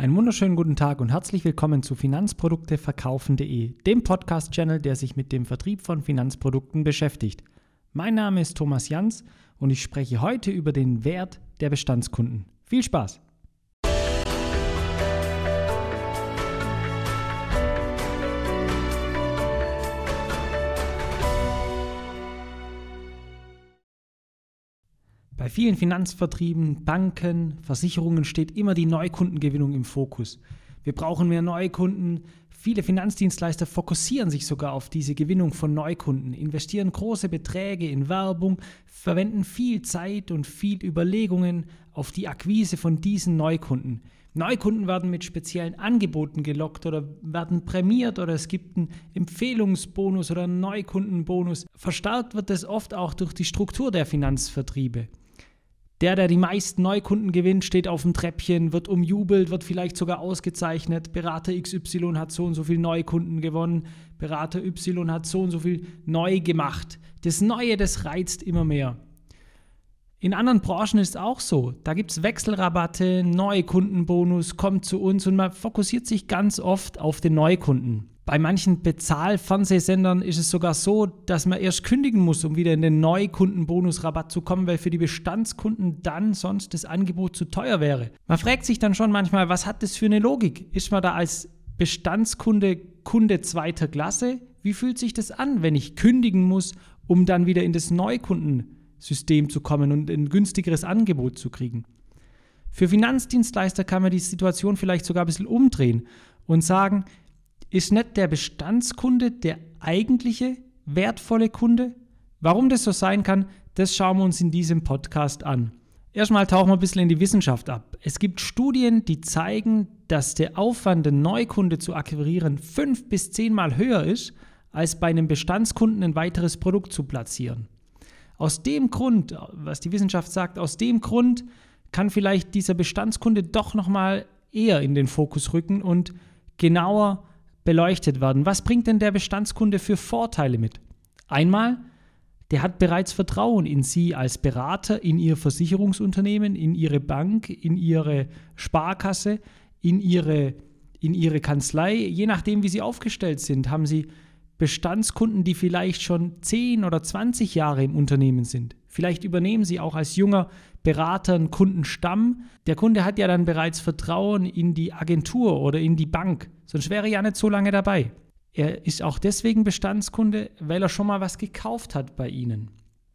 Einen wunderschönen guten Tag und herzlich willkommen zu Finanzprodukteverkaufen.de, dem Podcast-Channel, der sich mit dem Vertrieb von Finanzprodukten beschäftigt. Mein Name ist Thomas Jans und ich spreche heute über den Wert der Bestandskunden. Viel Spaß! Bei vielen Finanzvertrieben, Banken, Versicherungen steht immer die Neukundengewinnung im Fokus. Wir brauchen mehr Neukunden. Viele Finanzdienstleister fokussieren sich sogar auf diese Gewinnung von Neukunden, investieren große Beträge in Werbung, verwenden viel Zeit und viel Überlegungen auf die Akquise von diesen Neukunden. Neukunden werden mit speziellen Angeboten gelockt oder werden prämiert oder es gibt einen Empfehlungsbonus oder einen Neukundenbonus. Verstärkt wird es oft auch durch die Struktur der Finanzvertriebe. Der die meisten Neukunden gewinnt, steht auf dem Treppchen, wird umjubelt, wird vielleicht sogar ausgezeichnet. Berater XY hat so und so viel Neukunden gewonnen. Berater Y hat so und so viel neu gemacht. Das Neue, das reizt immer mehr. In anderen Branchen ist es auch so. Da gibt es Wechselrabatte, Neukundenbonus, kommt zu uns und man fokussiert sich ganz oft auf den Neukunden. Bei manchen Bezahlfernsehsendern ist es sogar so, dass man erst kündigen muss, um wieder in den Neukundenbonusrabatt zu kommen, weil für die Bestandskunden dann sonst das Angebot zu teuer wäre. Man fragt sich dann schon manchmal, was hat das für eine Logik? Ist man da als Bestandskunde Kunde zweiter Klasse? Wie fühlt sich das an, wenn ich kündigen muss, um dann wieder in das Neukundensystem zu kommen und ein günstigeres Angebot zu kriegen? Für Finanzdienstleister kann man die Situation vielleicht sogar ein bisschen umdrehen und sagen, ist nicht der Bestandskunde der eigentliche wertvolle Kunde? Warum das so sein kann, das schauen wir uns in diesem Podcast an. Erstmal tauchen wir ein bisschen in die Wissenschaft ab. Es gibt Studien, die zeigen, dass der Aufwand, den Neukunde zu akquirieren, 5 bis 10 Mal höher ist, als bei einem Bestandskunden ein weiteres Produkt zu platzieren. Aus dem Grund, was die Wissenschaft sagt, aus dem Grund kann vielleicht dieser Bestandskunde doch nochmal eher in den Fokus rücken und genauer beleuchtet werden. Was bringt denn der Bestandskunde für Vorteile mit? Einmal, der hat bereits Vertrauen in Sie als Berater, in Ihr Versicherungsunternehmen, in Ihre Bank, in Ihre Sparkasse, in Ihre Kanzlei. Je nachdem, wie Sie aufgestellt sind, haben Sie Bestandskunden, die vielleicht schon 10 oder 20 Jahre im Unternehmen sind. Vielleicht übernehmen Sie auch als junger Berater einen Kundenstamm. Der Kunde hat ja dann bereits Vertrauen in die Agentur oder in die Bank, sonst wäre er ja nicht so lange dabei. Er ist auch deswegen Bestandskunde, weil er schon mal was gekauft hat bei Ihnen.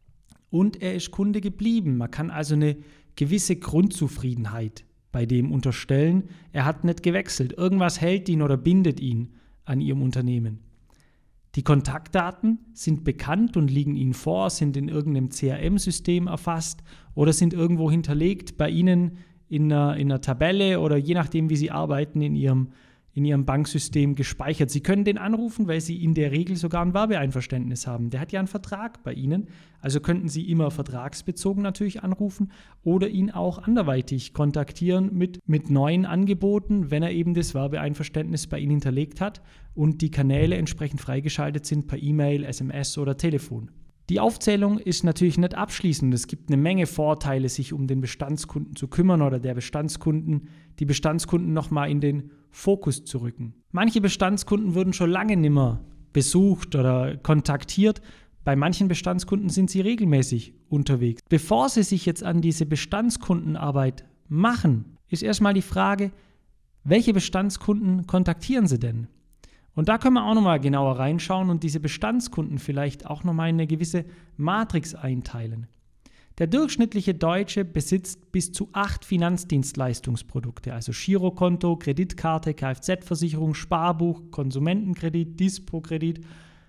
Und er ist Kunde geblieben. Man kann also eine gewisse Grundzufriedenheit bei dem unterstellen. Er hat nicht gewechselt. Irgendwas hält ihn oder bindet ihn an Ihrem Unternehmen. Die Kontaktdaten sind bekannt und liegen Ihnen vor, sind in irgendeinem CRM-System erfasst oder sind irgendwo hinterlegt bei Ihnen in einer Tabelle oder je nachdem, wie Sie arbeiten, in Ihrem Banksystem gespeichert. Sie können den anrufen, weil Sie in der Regel sogar ein Werbeeinverständnis haben. Der hat ja einen Vertrag bei Ihnen, also könnten Sie immer vertragsbezogen natürlich anrufen oder ihn auch anderweitig kontaktieren mit neuen Angeboten, wenn er eben das Werbeeinverständnis bei Ihnen hinterlegt hat und die Kanäle entsprechend freigeschaltet sind per E-Mail, SMS oder Telefon. Die Aufzählung ist natürlich nicht abschließend. Es gibt eine Menge Vorteile, sich um den Bestandskunden zu kümmern oder die Bestandskunden nochmal in den Fokus zu rücken. Manche Bestandskunden würden schon lange nimmer besucht oder kontaktiert. Bei manchen Bestandskunden sind sie regelmäßig unterwegs. Bevor Sie sich jetzt an diese Bestandskundenarbeit machen, ist erstmal die Frage, welche Bestandskunden kontaktieren Sie denn? Und da können wir auch nochmal genauer reinschauen und diese Bestandskunden vielleicht auch nochmal in eine gewisse Matrix einteilen. Der durchschnittliche Deutsche besitzt bis zu 8 Finanzdienstleistungsprodukte, also Girokonto, Kreditkarte, Kfz-Versicherung, Sparbuch, Konsumentenkredit, Dispo-Kredit,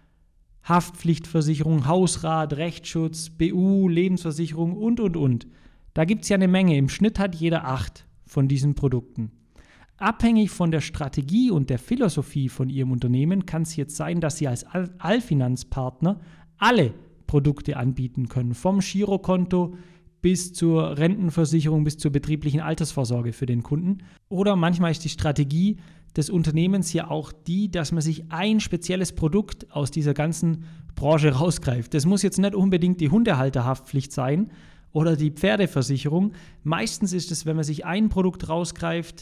Haftpflichtversicherung, Hausrat, Rechtsschutz, BU, Lebensversicherung und. Da gibt es ja eine Menge. Im Schnitt hat jeder 8 von diesen Produkten. Abhängig von der Strategie und der Philosophie von Ihrem Unternehmen kann es jetzt sein, dass Sie als Allfinanzpartner alle Produkte anbieten können, vom Girokonto bis zur Rentenversicherung, bis zur betrieblichen Altersvorsorge für den Kunden. Oder manchmal ist die Strategie des Unternehmens ja auch die, dass man sich ein spezielles Produkt aus dieser ganzen Branche rausgreift. Das muss jetzt nicht unbedingt die Hundehalterhaftpflicht sein oder die Pferdeversicherung. Meistens ist es, wenn man sich ein Produkt rausgreift,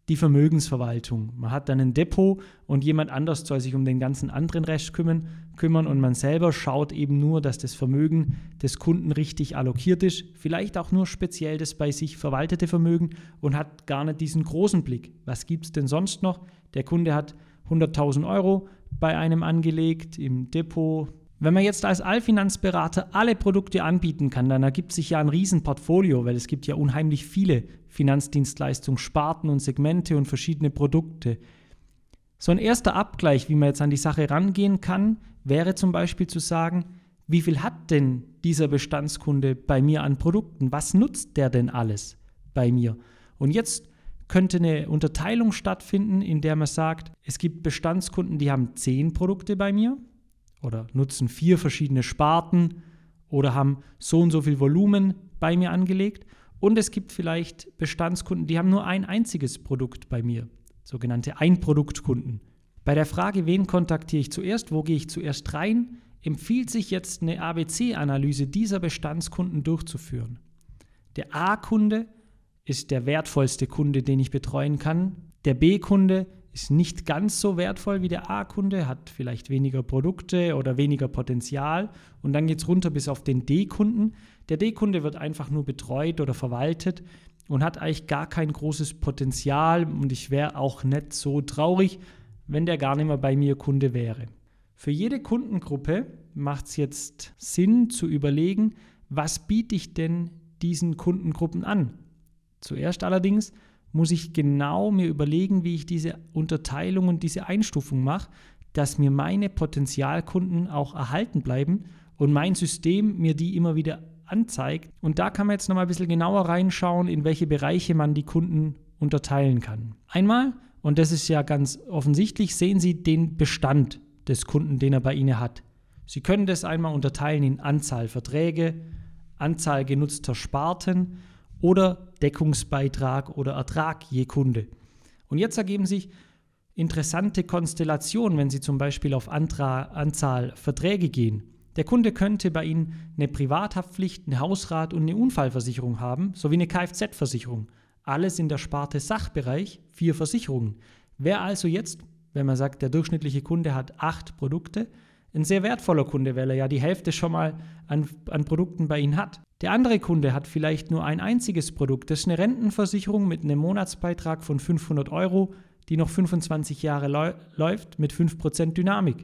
die Vermögensverwaltung. Man hat dann ein Depot und jemand anders soll sich um den ganzen anderen Rest kümmern und man selber schaut eben nur, dass das Vermögen des Kunden richtig allokiert ist, vielleicht auch nur speziell das bei sich verwaltete Vermögen und hat gar nicht diesen großen Blick. Was gibt es denn sonst noch? Der Kunde hat 100.000 Euro bei einem angelegt im Depot. Wenn man jetzt als Allfinanzberater alle Produkte anbieten kann, dann ergibt sich ja ein Riesenportfolio, weil es gibt ja unheimlich viele Finanzdienstleistungssparten und Segmente und verschiedene Produkte. So ein erster Abgleich, wie man jetzt an die Sache rangehen kann, wäre zum Beispiel zu sagen, wie viel hat denn dieser Bestandskunde bei mir an Produkten? Was nutzt der denn alles bei mir? Und jetzt könnte eine Unterteilung stattfinden, in der man sagt, es gibt Bestandskunden, die haben 10 Produkte bei mir oder nutzen 4 verschiedene Sparten oder haben so und so viel Volumen bei mir angelegt. Und es gibt vielleicht Bestandskunden, die haben nur ein einziges Produkt bei mir, sogenannte Einproduktkunden. Bei der Frage, wen kontaktiere ich zuerst, wo gehe ich zuerst rein, empfiehlt sich jetzt eine ABC-Analyse dieser Bestandskunden durchzuführen. Der A-Kunde ist der wertvollste Kunde, den ich betreuen kann. Der B-Kunde ist nicht ganz so wertvoll wie der A-Kunde, hat vielleicht weniger Produkte oder weniger Potenzial. Und dann geht es runter bis auf den D-Kunden. Der D-Kunde wird einfach nur betreut oder verwaltet und hat eigentlich gar kein großes Potenzial. Und ich wäre auch nicht so traurig, wenn der gar nicht mehr bei mir Kunde wäre. Für jede Kundengruppe macht es jetzt Sinn zu überlegen, was biete ich denn diesen Kundengruppen an? Zuerst allerdings muss ich genau mir überlegen, wie ich diese Unterteilung und diese Einstufung mache, dass mir meine Potenzialkunden auch erhalten bleiben und mein System mir die immer wieder anzeigt. Und da kann man jetzt nochmal ein bisschen genauer reinschauen, in welche Bereiche man die Kunden unterteilen kann. Einmal, und das ist ja ganz offensichtlich, sehen Sie den Bestand des Kunden, den er bei Ihnen hat. Sie können das einmal unterteilen in Anzahl Verträge, Anzahl genutzter Sparten oder Deckungsbeitrag oder Ertrag je Kunde. Und jetzt ergeben sich interessante Konstellationen, wenn Sie zum Beispiel auf Anzahl Verträge gehen. Der Kunde könnte bei Ihnen eine Privathaftpflicht, eine Hausrat- und eine Unfallversicherung haben, sowie eine Kfz-Versicherung. Alles in der Sparte Sachbereich, 4 Versicherungen. Wäre also jetzt, wenn man sagt, der durchschnittliche Kunde hat 8 Produkte, ein sehr wertvoller Kunde, weil er ja die Hälfte schon mal an Produkten bei Ihnen hat. Der andere Kunde hat vielleicht nur ein einziges Produkt. Das ist eine Rentenversicherung mit einem Monatsbeitrag von 500 Euro, die noch 25 Jahre läuft mit 5% Dynamik.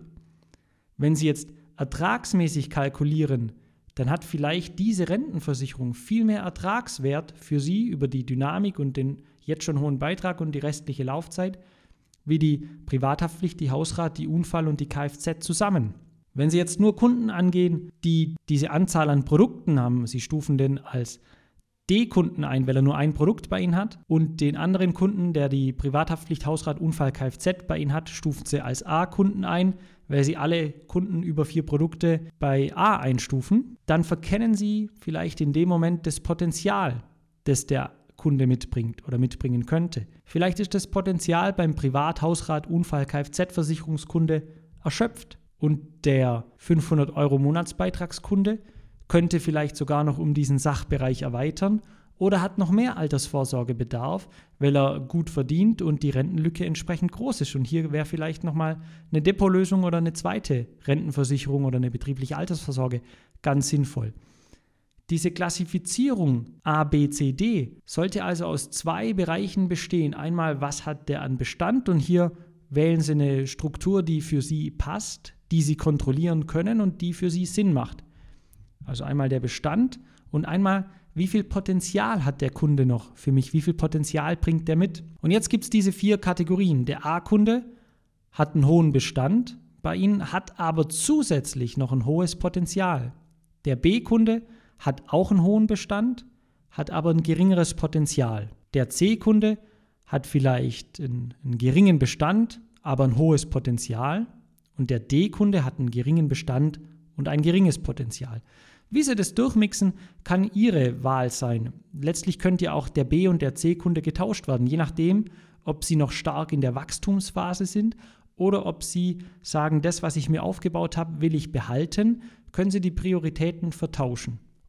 Wenn Sie jetzt ertragsmäßig kalkulieren, dann hat vielleicht diese Rentenversicherung viel mehr Ertragswert für Sie über die Dynamik und den jetzt schon hohen Beitrag und die restliche Laufzeit, wie die Privathaftpflicht, die Hausrat, die Unfall und die Kfz zusammen. Wenn Sie jetzt nur Kunden angehen, die diese Anzahl an Produkten haben, Sie stufen den als D-Kunden ein, weil er nur ein Produkt bei Ihnen hat, und den anderen Kunden, der die Privathaftpflicht, Hausrat, Unfall, Kfz bei Ihnen hat, stufen Sie als A-Kunden ein, weil Sie alle Kunden über 4 Produkte bei A einstufen, dann verkennen Sie vielleicht in dem Moment das Potenzial, das der Kunde mitbringt oder mitbringen könnte. Vielleicht ist das Potenzial beim Privat-, Hausrat-, Unfall-, Kfz-Versicherungskunde erschöpft und der 500 Euro Monatsbeitragskunde könnte vielleicht sogar noch um diesen Sachbereich erweitern oder hat noch mehr Altersvorsorgebedarf, weil er gut verdient und die Rentenlücke entsprechend groß ist. Und hier wäre vielleicht nochmal eine Depotlösung oder eine zweite Rentenversicherung oder eine betriebliche Altersvorsorge ganz sinnvoll. Diese Klassifizierung A, B, C, D sollte also aus 2 Bereichen bestehen. Einmal, was hat der an Bestand, und hier wählen Sie eine Struktur, die für Sie passt, die Sie kontrollieren können und die für Sie Sinn macht. Also einmal der Bestand und einmal, wie viel Potenzial hat der Kunde noch für mich, wie viel Potenzial bringt der mit. Und jetzt gibt es diese 4 Kategorien. Der A-Kunde hat einen hohen Bestand bei Ihnen, hat aber zusätzlich noch ein hohes Potenzial. Der B-Kunde hat auch einen hohen Bestand, hat aber ein geringeres Potenzial. Der C-Kunde hat vielleicht einen geringen Bestand, aber ein hohes Potenzial. Und der D-Kunde hat einen geringen Bestand und ein geringes Potenzial. Wie Sie das durchmixen, kann Ihre Wahl sein. Letztlich könnte ja auch der B- und der C-Kunde getauscht werden, je nachdem, ob Sie noch stark in der Wachstumsphase sind oder ob Sie sagen, das, was ich mir aufgebaut habe, will ich behalten, können Sie die Prioritäten vertauschen.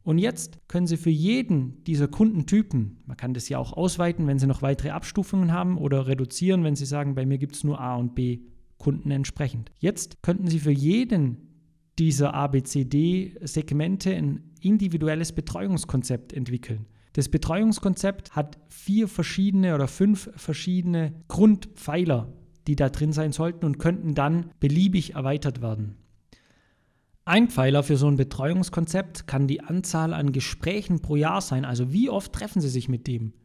Und jetzt können Sie für jeden dieser Kundentypen, man kann das ja auch ausweiten, wenn Sie noch weitere Abstufungen haben oder reduzieren, wenn Sie sagen, bei mir gibt es nur A und B Kunden entsprechend. Jetzt könnten Sie für jeden dieser ABCD-Segmente ein individuelles Betreuungskonzept entwickeln. Das Betreuungskonzept hat 5 verschiedene Grundpfeiler, die da drin sein sollten und könnten dann beliebig erweitert werden. Ein Pfeiler für so ein Betreuungskonzept kann die Anzahl an Gesprächen pro Jahr sein, also wie oft treffen Sie sich mit dem.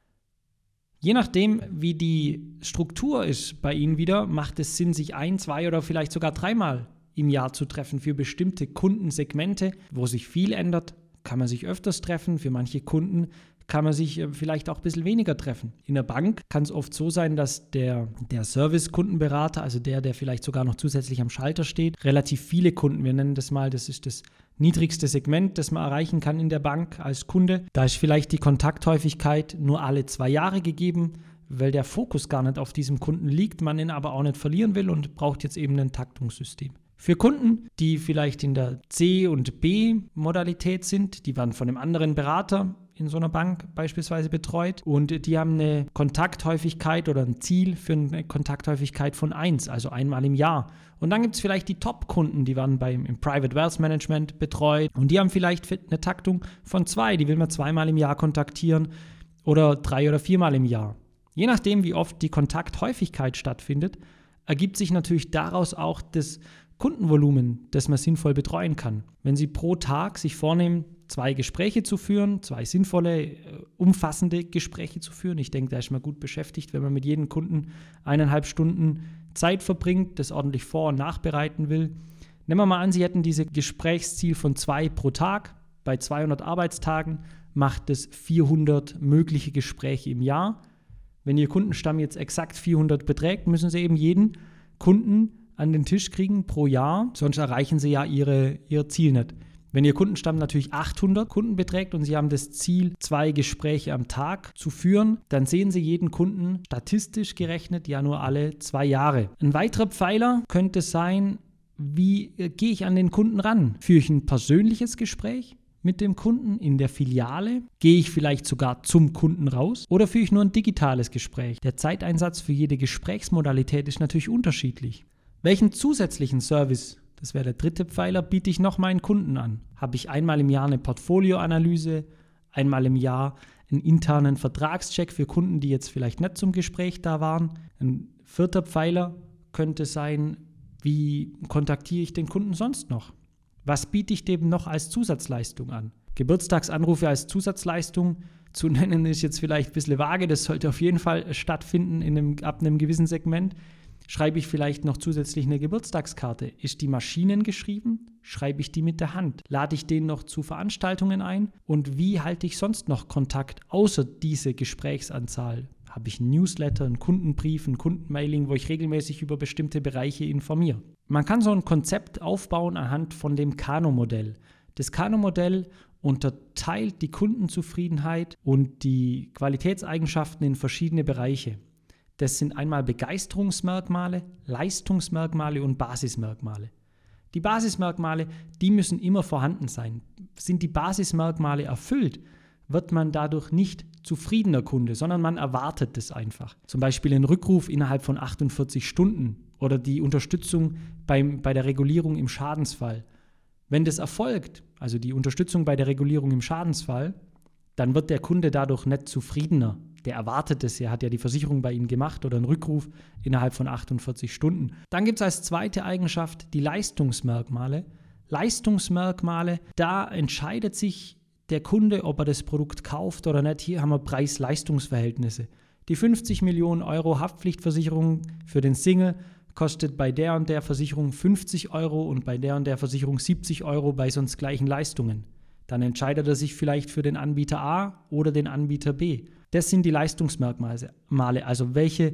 Je nachdem, wie die Struktur ist bei Ihnen wieder, macht es Sinn, sich 1, 2 oder vielleicht sogar 3-mal im Jahr zu treffen. Für bestimmte Kundensegmente, wo sich viel ändert, kann man sich öfters treffen. Für manche Kunden kann man sich vielleicht auch ein bisschen weniger treffen. In der Bank kann es oft so sein, dass der Service-Kundenberater, also der vielleicht sogar noch zusätzlich am Schalter steht, relativ viele Kunden, wir nennen das mal, das ist das niedrigste Segment, das man erreichen kann in der Bank als Kunde. Da ist vielleicht die Kontakthäufigkeit nur alle 2 Jahre gegeben, weil der Fokus gar nicht auf diesem Kunden liegt, man ihn aber auch nicht verlieren will und braucht jetzt eben ein Taktungssystem. Für Kunden, die vielleicht in der C- und B-Modalität sind, die werden von einem anderen Berater in so einer Bank beispielsweise betreut und die haben eine Kontakthäufigkeit oder ein Ziel für eine Kontakthäufigkeit von 1, also einmal im Jahr. Und dann gibt es vielleicht die Top-Kunden, die werden im Private Wealth Management betreut und die haben vielleicht eine Taktung von 2, die will man 2-mal im Jahr kontaktieren oder 3 oder 4-mal im Jahr. Je nachdem, wie oft die Kontakthäufigkeit stattfindet, ergibt sich natürlich daraus auch das Kundenvolumen, das man sinnvoll betreuen kann. Wenn Sie pro Tag sich vornehmen, 2 Gespräche zu führen, 2 sinnvolle, umfassende Gespräche zu führen, ich denke, da ist man gut beschäftigt, wenn man mit jedem Kunden 1,5 Stunden Zeit verbringt, das ordentlich vor- und nachbereiten will. Nehmen wir mal an, Sie hätten dieses Gesprächsziel von 2 pro Tag. Bei 200 Arbeitstagen macht es 400 mögliche Gespräche im Jahr. Wenn Ihr Kundenstamm jetzt exakt 400 beträgt, müssen Sie eben jeden Kunden an den Tisch kriegen pro Jahr, sonst erreichen Sie ja Ihr Ziel nicht. Wenn Ihr Kundenstamm natürlich 800 Kunden beträgt und Sie haben das Ziel, 2 Gespräche am Tag zu führen, dann sehen Sie jeden Kunden statistisch gerechnet ja nur alle 2 Jahre. Ein weiterer Pfeiler könnte sein, wie gehe ich an den Kunden ran? Führe ich ein persönliches Gespräch mit dem Kunden in der Filiale? Gehe ich vielleicht sogar zum Kunden raus? Oder führe ich nur ein digitales Gespräch? Der Zeiteinsatz für jede Gesprächsmodalität ist natürlich unterschiedlich. Welchen zusätzlichen Service, das wäre der 3. Pfeiler, biete ich noch meinen Kunden an? Habe ich einmal im Jahr eine Portfolioanalyse, einmal im Jahr einen internen Vertragscheck für Kunden, die jetzt vielleicht nicht zum Gespräch da waren? Ein 4. Pfeiler könnte sein, wie kontaktiere ich den Kunden sonst noch? Was biete ich dem noch als Zusatzleistung an? Geburtstagsanrufe als Zusatzleistung zu nennen ist jetzt vielleicht ein bisschen vage, das sollte auf jeden Fall stattfinden ab einem gewissen Segment. Schreibe ich vielleicht noch zusätzlich eine Geburtstagskarte? Ist die maschinengeschrieben? Schreibe ich die mit der Hand? Lade ich den noch zu Veranstaltungen ein? Und wie halte ich sonst noch Kontakt außer diese Gesprächsanzahl? Habe ich einen Newsletter, einen Kundenbrief, ein Kundenmailing, wo ich regelmäßig über bestimmte Bereiche informiere? Man kann so ein Konzept aufbauen anhand von dem Kano-Modell. Das Kano-Modell unterteilt die Kundenzufriedenheit und die Qualitätseigenschaften in verschiedene Bereiche. Das sind einmal Begeisterungsmerkmale, Leistungsmerkmale und Basismerkmale. Die Basismerkmale, die müssen immer vorhanden sein. Sind die Basismerkmale erfüllt, wird man dadurch nicht zufriedener Kunde, sondern man erwartet es einfach. Zum Beispiel einen Rückruf innerhalb von 48 Stunden oder die Unterstützung bei der Regulierung im Schadensfall. Wenn das erfolgt, also die Unterstützung bei der Regulierung im Schadensfall, dann wird der Kunde dadurch nicht zufriedener. Der erwartet es, er hat ja die Versicherung bei Ihnen gemacht oder einen Rückruf innerhalb von 48 Stunden. Dann gibt es als zweite Eigenschaft die Leistungsmerkmale. Leistungsmerkmale, da entscheidet sich der Kunde, ob er das Produkt kauft oder nicht. Hier haben wir Preis-Leistungs-Verhältnisse. Die 50 Millionen Euro Haftpflichtversicherung für den Single kostet bei der und der Versicherung 50 Euro und bei der und der Versicherung 70 Euro bei sonst gleichen Leistungen. Dann entscheidet er sich vielleicht für den Anbieter A oder den Anbieter B. Das sind die Leistungsmerkmale, also welche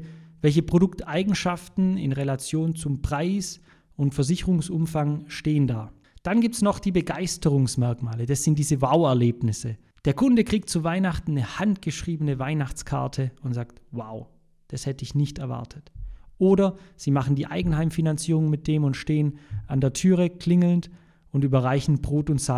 Produkteigenschaften in Relation zum Preis und Versicherungsumfang stehen da. Dann gibt es noch die Begeisterungsmerkmale, das sind diese Wow-Erlebnisse. Der Kunde kriegt zu Weihnachten eine handgeschriebene Weihnachtskarte und sagt, wow, das hätte ich nicht erwartet. Oder sie machen die Eigenheimfinanzierung mit dem und stehen an der Türe klingelnd und überreichen Brot und Salz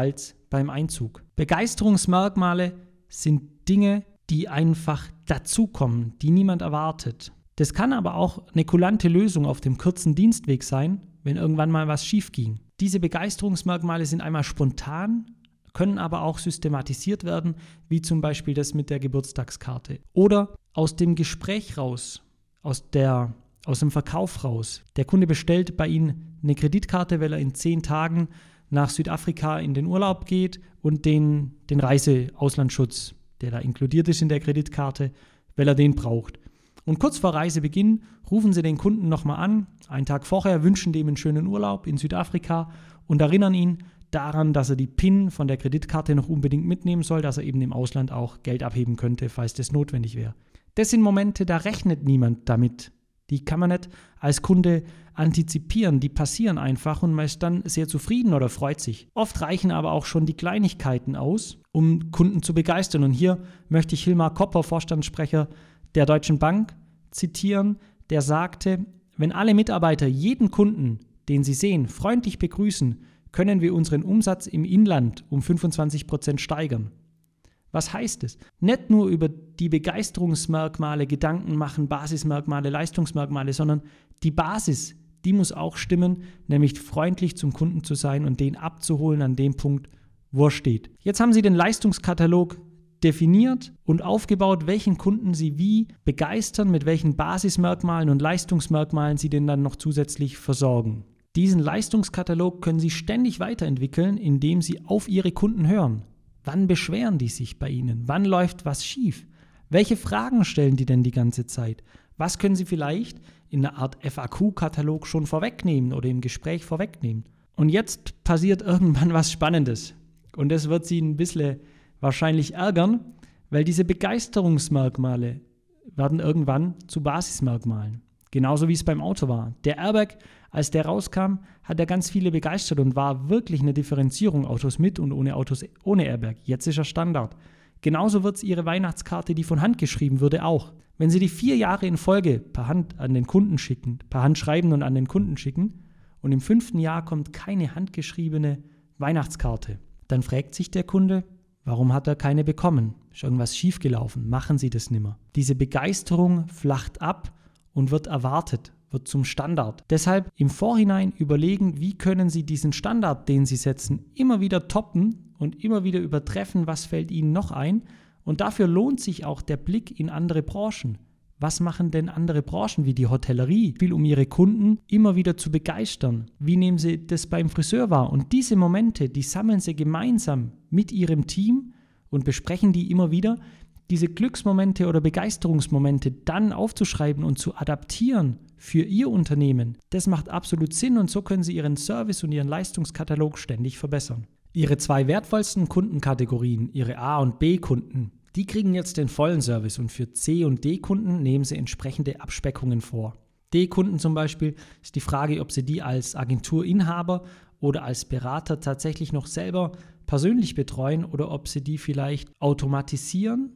beim Einzug. Begeisterungsmerkmale sind Dinge, die einfach dazukommen, die niemand erwartet. Das kann aber auch eine kulante Lösung auf dem kurzen Dienstweg sein, wenn irgendwann mal was schief ging. Diese Begeisterungsmerkmale sind einmal spontan, können aber auch systematisiert werden, wie zum Beispiel das mit der Geburtstagskarte. Oder aus dem Gespräch raus, aus dem Verkauf raus. Der Kunde bestellt bei Ihnen eine Kreditkarte, weil er in 10 Tagen nach Südafrika in den Urlaub geht und den Reiseauslandsschutz, der da inkludiert ist in der Kreditkarte, weil er den braucht. Und kurz vor Reisebeginn rufen Sie den Kunden nochmal an, einen Tag vorher, wünschen dem einen schönen Urlaub in Südafrika und erinnern ihn daran, dass er die PIN von der Kreditkarte noch unbedingt mitnehmen soll, dass er eben im Ausland auch Geld abheben könnte, falls das notwendig wäre. Das sind Momente, da rechnet niemand damit. Die kann man nicht als Kunde antizipieren, die passieren einfach und man ist dann sehr zufrieden oder freut sich. Oft reichen aber auch schon die Kleinigkeiten aus, um Kunden zu begeistern. Und hier möchte ich Hilmar Kopper, Vorstandssprecher der Deutschen Bank, zitieren, der sagte, wenn alle Mitarbeiter jeden Kunden, den sie sehen, freundlich begrüßen, können wir unseren Umsatz im Inland um 25% steigern. Was heißt es? Nicht nur über die Begeisterungsmerkmale Gedanken machen, Basismerkmale, Leistungsmerkmale, sondern die Basis, die muss auch stimmen, nämlich freundlich zum Kunden zu sein und den abzuholen an dem Punkt, wo er steht. Jetzt haben Sie den Leistungskatalog definiert und aufgebaut, welchen Kunden Sie wie begeistern, mit welchen Basismerkmalen und Leistungsmerkmalen Sie den dann noch zusätzlich versorgen. Diesen Leistungskatalog können Sie ständig weiterentwickeln, indem Sie auf Ihre Kunden hören. Wann beschweren die sich bei Ihnen? Wann läuft was schief? Welche Fragen stellen die denn die ganze Zeit? Was können Sie vielleicht in einer Art FAQ-Katalog schon vorwegnehmen oder im Gespräch vorwegnehmen? Und jetzt passiert irgendwann was Spannendes. Und das wird Sie ein bisschen wahrscheinlich ärgern, weil diese Begeisterungsmerkmale werden irgendwann zu Basismerkmalen. Genauso wie es beim Auto war. Der Airbag, als der rauskam, hat er ganz viele begeistert und war wirklich eine Differenzierung, Autos mit und ohne Autos ohne Airbag. Jetzt ist er Standard. Genauso wird es Ihre Weihnachtskarte, die von Hand geschrieben wurde, auch. Wenn Sie die 4 Jahre in Folge per Hand an den Kunden schicken, per Hand schreiben und an den Kunden schicken und im 5. Jahr kommt keine handgeschriebene Weihnachtskarte, dann fragt sich der Kunde, warum hat er keine bekommen? Ist irgendwas schiefgelaufen? Machen Sie das nimmer. Diese Begeisterung flacht ab und wird erwartet, wird zum Standard. Deshalb im Vorhinein überlegen, wie können Sie diesen Standard, den Sie setzen, immer wieder toppen und immer wieder übertreffen, was fällt Ihnen noch ein. Und dafür lohnt sich auch der Blick in andere Branchen. Was machen denn andere Branchen wie die Hotellerie, um ihre Kunden immer wieder zu begeistern? Wie nehmen Sie das beim Friseur wahr? Und diese Momente, die sammeln Sie gemeinsam mit Ihrem Team und besprechen die immer wieder. Diese Glücksmomente oder Begeisterungsmomente dann aufzuschreiben und zu adaptieren für Ihr Unternehmen, das macht absolut Sinn und so können Sie Ihren Service und Ihren Leistungskatalog ständig verbessern. Ihre 2 wertvollsten Kundenkategorien, Ihre A- und B-Kunden, die kriegen jetzt den vollen Service und für C- und D-Kunden nehmen Sie entsprechende Abspeckungen vor. D-Kunden zum Beispiel ist die Frage, ob Sie die als Agenturinhaber oder als Berater tatsächlich noch selber persönlich betreuen oder ob Sie die vielleicht automatisiert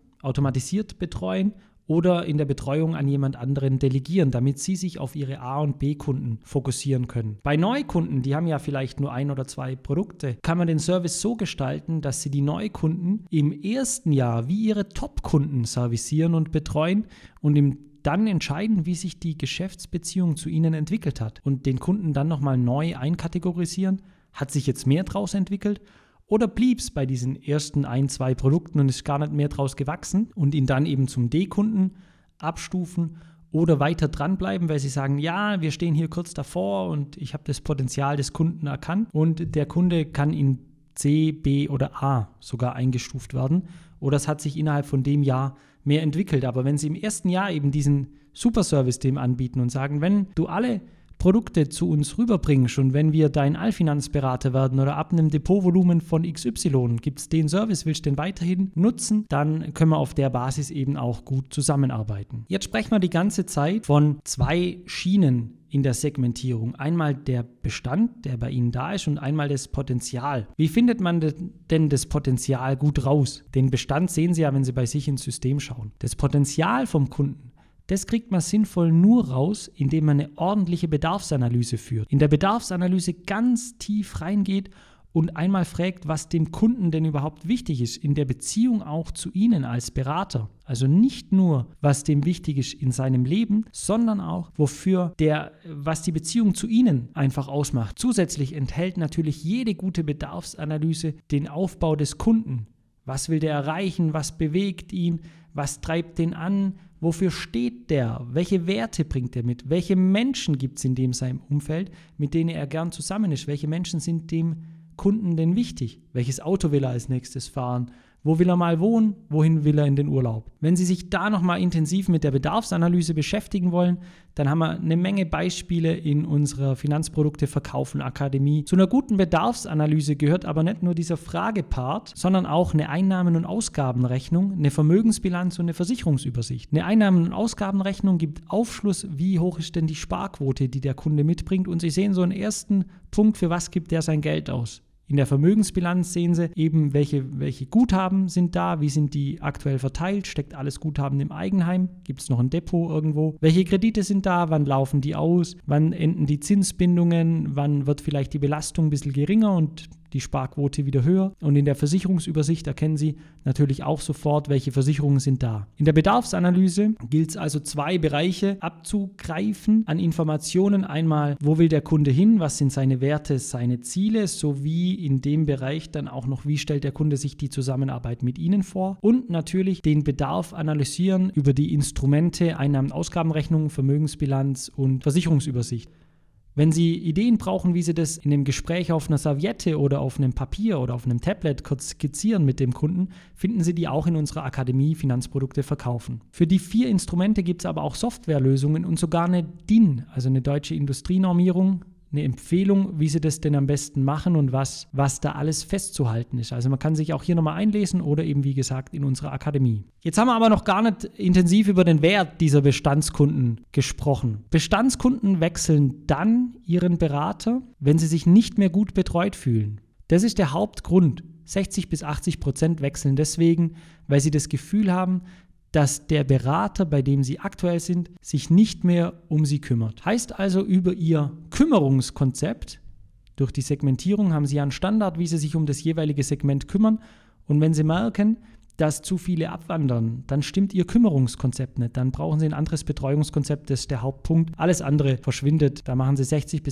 betreuen oder in der Betreuung an jemand anderen delegieren, damit Sie sich auf Ihre A- und B-Kunden fokussieren können. Bei Neukunden, die haben ja vielleicht nur 1 oder 2 Produkte, kann man den Service so gestalten, dass Sie die Neukunden im ersten Jahr wie Ihre Top-Kunden servicieren und betreuen und dann entscheiden, wie sich die Geschäftsbeziehung zu Ihnen entwickelt hat und den Kunden dann nochmal neu einkategorisieren. Hat sich jetzt mehr draus entwickelt? Oder blieb es bei diesen ersten 1, 2 Produkten und ist gar nicht mehr draus gewachsen und ihn dann eben zum D-Kunden abstufen oder weiter dranbleiben, weil sie sagen, ja, wir stehen hier kurz davor und ich habe das Potenzial des Kunden erkannt und der Kunde kann in C, B oder A sogar eingestuft werden oder es hat sich innerhalb von dem Jahr mehr entwickelt. Aber wenn Sie im ersten Jahr eben diesen Superservice dem anbieten und sagen, wenn du alle Produkte zu uns rüberbringst und wenn wir dein Allfinanzberater werden oder ab einem Depotvolumen von XY, gibt es den Service, willst du den weiterhin nutzen, dann können wir auf der Basis eben auch gut zusammenarbeiten. Jetzt sprechen wir die ganze Zeit von 2 Schienen in der Segmentierung. Einmal der Bestand, der bei Ihnen da ist und einmal das Potenzial. Wie findet man denn das Potenzial gut raus? Den Bestand sehen Sie ja, wenn Sie bei sich ins System schauen. Das Potenzial vom Kunden, das kriegt man sinnvoll nur raus, indem man eine ordentliche Bedarfsanalyse führt. In der Bedarfsanalyse ganz tief reingeht und einmal fragt, was dem Kunden denn überhaupt wichtig ist, in der Beziehung auch zu Ihnen als Berater. Also nicht nur, was dem wichtig ist in seinem Leben, sondern auch, was die Beziehung zu Ihnen einfach ausmacht. Zusätzlich enthält natürlich jede gute Bedarfsanalyse den Aufbau des Kunden. Was will der erreichen? Was bewegt ihn? Was treibt den an? Wofür steht der? Welche Werte bringt er mit? Welche Menschen gibt es in seinem Umfeld, mit denen er gern zusammen ist? Welche Menschen sind dem Kunden denn wichtig? Welches Auto will er als nächstes fahren? Wo will er mal wohnen? Wohin will er in den Urlaub? Wenn Sie sich da nochmal intensiv mit der Bedarfsanalyse beschäftigen wollen, dann haben wir eine Menge Beispiele in unserer Finanzprodukte Verkaufen Akademie. Zu einer guten Bedarfsanalyse gehört aber nicht nur dieser Fragepart, sondern auch eine Einnahmen- und Ausgabenrechnung, eine Vermögensbilanz und eine Versicherungsübersicht. Eine Einnahmen- und Ausgabenrechnung gibt Aufschluss, wie hoch ist denn die Sparquote, die der Kunde mitbringt. Und Sie sehen so einen ersten Punkt, für was gibt der sein Geld aus. In der Vermögensbilanz sehen Sie eben, welche Guthaben sind da, wie sind die aktuell verteilt, steckt alles Guthaben im Eigenheim, gibt es noch ein Depot irgendwo, welche Kredite sind da, wann laufen die aus, wann enden die Zinsbindungen, wann wird vielleicht die Belastung ein bisschen geringer und die Sparquote wieder höher. Und in der Versicherungsübersicht erkennen Sie natürlich auch sofort, welche Versicherungen sind da. In der Bedarfsanalyse gilt es also 2 Bereiche abzugreifen an Informationen. Einmal, wo will der Kunde hin, was sind seine Werte, seine Ziele, sowie in dem Bereich dann auch noch, wie stellt der Kunde sich die Zusammenarbeit mit Ihnen vor. Und natürlich den Bedarf analysieren über die Instrumente Einnahmen-Ausgabenrechnung, Vermögensbilanz und Versicherungsübersicht. Wenn Sie Ideen brauchen, wie Sie das in einem Gespräch auf einer Serviette oder auf einem Papier oder auf einem Tablet kurz skizzieren mit dem Kunden, finden Sie die auch in unserer Akademie Finanzprodukte verkaufen. Für die 4 Instrumente gibt es aber auch Softwarelösungen und sogar eine DIN, also eine deutsche Industrienormierung, eine Empfehlung, wie Sie das denn am besten machen und was da alles festzuhalten ist. Also man kann sich auch hier nochmal einlesen oder eben wie gesagt in unserer Akademie. Jetzt haben wir aber noch gar nicht intensiv über den Wert dieser Bestandskunden gesprochen. Bestandskunden wechseln dann ihren Berater, wenn sie sich nicht mehr gut betreut fühlen. Das ist der Hauptgrund. 60-80% wechseln deswegen, weil sie das Gefühl haben, dass der Berater, bei dem Sie aktuell sind, sich nicht mehr um Sie kümmert. Heißt also, über Ihr Kümmerungskonzept, durch die Segmentierung haben Sie einen Standard, wie Sie sich um das jeweilige Segment kümmern. Und wenn Sie merken, dass zu viele abwandern, dann stimmt Ihr Kümmerungskonzept nicht. Dann brauchen Sie ein anderes Betreuungskonzept, das ist der Hauptpunkt. Alles andere verschwindet. Da machen Sie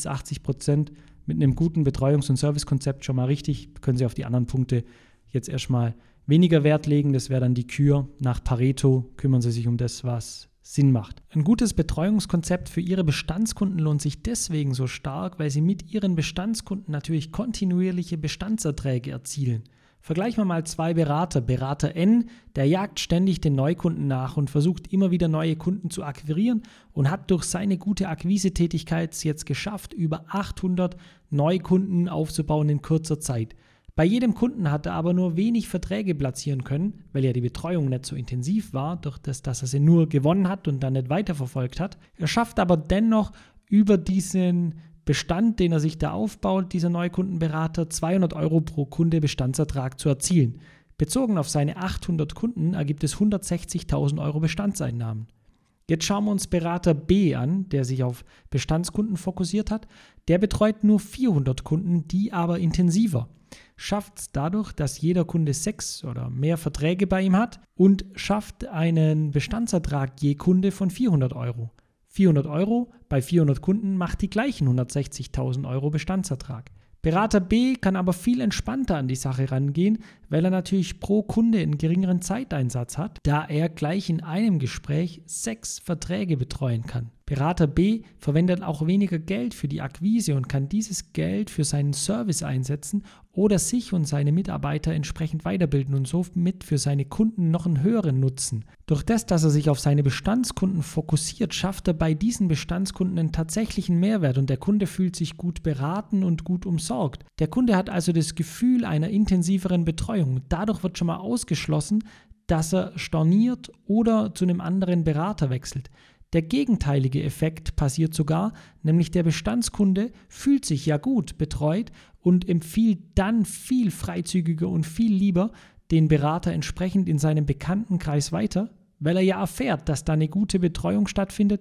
60-80% mit einem guten Betreuungs- und Servicekonzept schon mal richtig. Können Sie auf die anderen Punkte jetzt erstmal weniger Wert legen, das wäre dann die Kür. Nach Pareto kümmern Sie sich um das, was Sinn macht. Ein gutes Betreuungskonzept für Ihre Bestandskunden lohnt sich deswegen so stark, weil Sie mit Ihren Bestandskunden natürlich kontinuierliche Bestandserträge erzielen. Vergleichen wir mal 2 Berater. Berater N, der jagt ständig den Neukunden nach und versucht immer wieder neue Kunden zu akquirieren und hat durch seine gute Akquisetätigkeit es jetzt geschafft, über 800 Neukunden aufzubauen in kurzer Zeit. Bei jedem Kunden hat er aber nur wenig Verträge platzieren können, weil ja die Betreuung nicht so intensiv war, durch das, dass er sie nur gewonnen hat und dann nicht weiterverfolgt hat. Er schafft aber dennoch über diesen Bestand, den er sich da aufbaut, dieser Neukundenberater, 200 € pro Kunde Bestandsertrag zu erzielen. Bezogen auf seine 800 Kunden ergibt es 160.000 € Bestandseinnahmen. Jetzt schauen wir uns Berater B an, der sich auf Bestandskunden fokussiert hat. Der betreut nur 400 Kunden, die aber intensiver. Schafft es dadurch, dass jeder Kunde 6 oder mehr Verträge bei ihm hat und schafft einen Bestandsertrag je Kunde von 400 €. 400 € bei 400 Kunden macht die gleichen 160.000 € Bestandsertrag. Berater B kann aber viel entspannter an die Sache rangehen, weil er natürlich pro Kunde einen geringeren Zeiteinsatz hat, da er gleich in einem Gespräch 6 Verträge betreuen kann. Berater B verwendet auch weniger Geld für die Akquise und kann dieses Geld für seinen Service einsetzen oder sich und seine Mitarbeiter entsprechend weiterbilden und somit für seine Kunden noch einen höheren Nutzen. Durch das, dass er sich auf seine Bestandskunden fokussiert, schafft er bei diesen Bestandskunden einen tatsächlichen Mehrwert und der Kunde fühlt sich gut beraten und gut umsorgt. Der Kunde hat also das Gefühl einer intensiveren Betreuung. Dadurch wird schon mal ausgeschlossen, dass er storniert oder zu einem anderen Berater wechselt. Der gegenteilige Effekt passiert sogar, nämlich der Bestandskunde fühlt sich ja gut betreut und empfiehlt dann viel freizügiger und viel lieber den Berater entsprechend in seinem Bekanntenkreis weiter, weil er ja erfährt, dass da eine gute Betreuung stattfindet,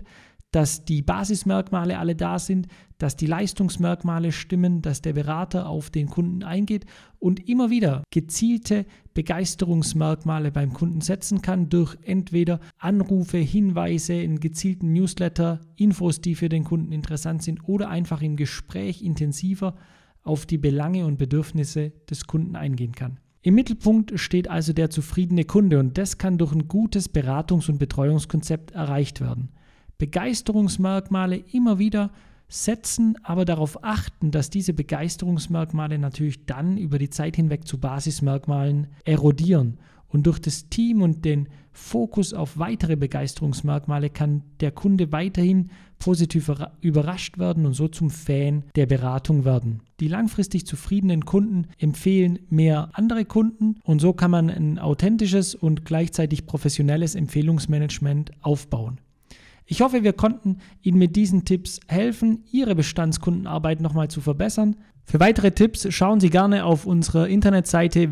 dass die Basismerkmale alle da sind, dass die Leistungsmerkmale stimmen, dass der Berater auf den Kunden eingeht und immer wieder gezielte Begeisterungsmerkmale beim Kunden setzen kann durch entweder Anrufe, Hinweise, einen gezielten Newsletter, Infos, die für den Kunden interessant sind oder einfach im Gespräch intensiver auf die Belange und Bedürfnisse des Kunden eingehen kann. Im Mittelpunkt steht also der zufriedene Kunde und das kann durch ein gutes Beratungs- und Betreuungskonzept erreicht werden. Begeisterungsmerkmale immer wieder setzen, aber darauf achten, dass diese Begeisterungsmerkmale natürlich dann über die Zeit hinweg zu Basismerkmalen erodieren. Und durch das Team und den Fokus auf weitere Begeisterungsmerkmale kann der Kunde weiterhin positiv überrascht werden und so zum Fan der Beratung werden. Die langfristig zufriedenen Kunden empfehlen mehr andere Kunden und so kann man ein authentisches und gleichzeitig professionelles Empfehlungsmanagement aufbauen. Ich hoffe, wir konnten Ihnen mit diesen Tipps helfen, Ihre Bestandskundenarbeit nochmal zu verbessern. Für weitere Tipps schauen Sie gerne auf unserer Internetseite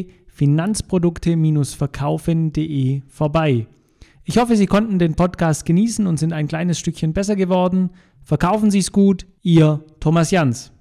www.finanzprodukte-verkaufen.de vorbei. Ich hoffe, Sie konnten den Podcast genießen und sind ein kleines Stückchen besser geworden. Verkaufen Sie es gut, Ihr Thomas Jans.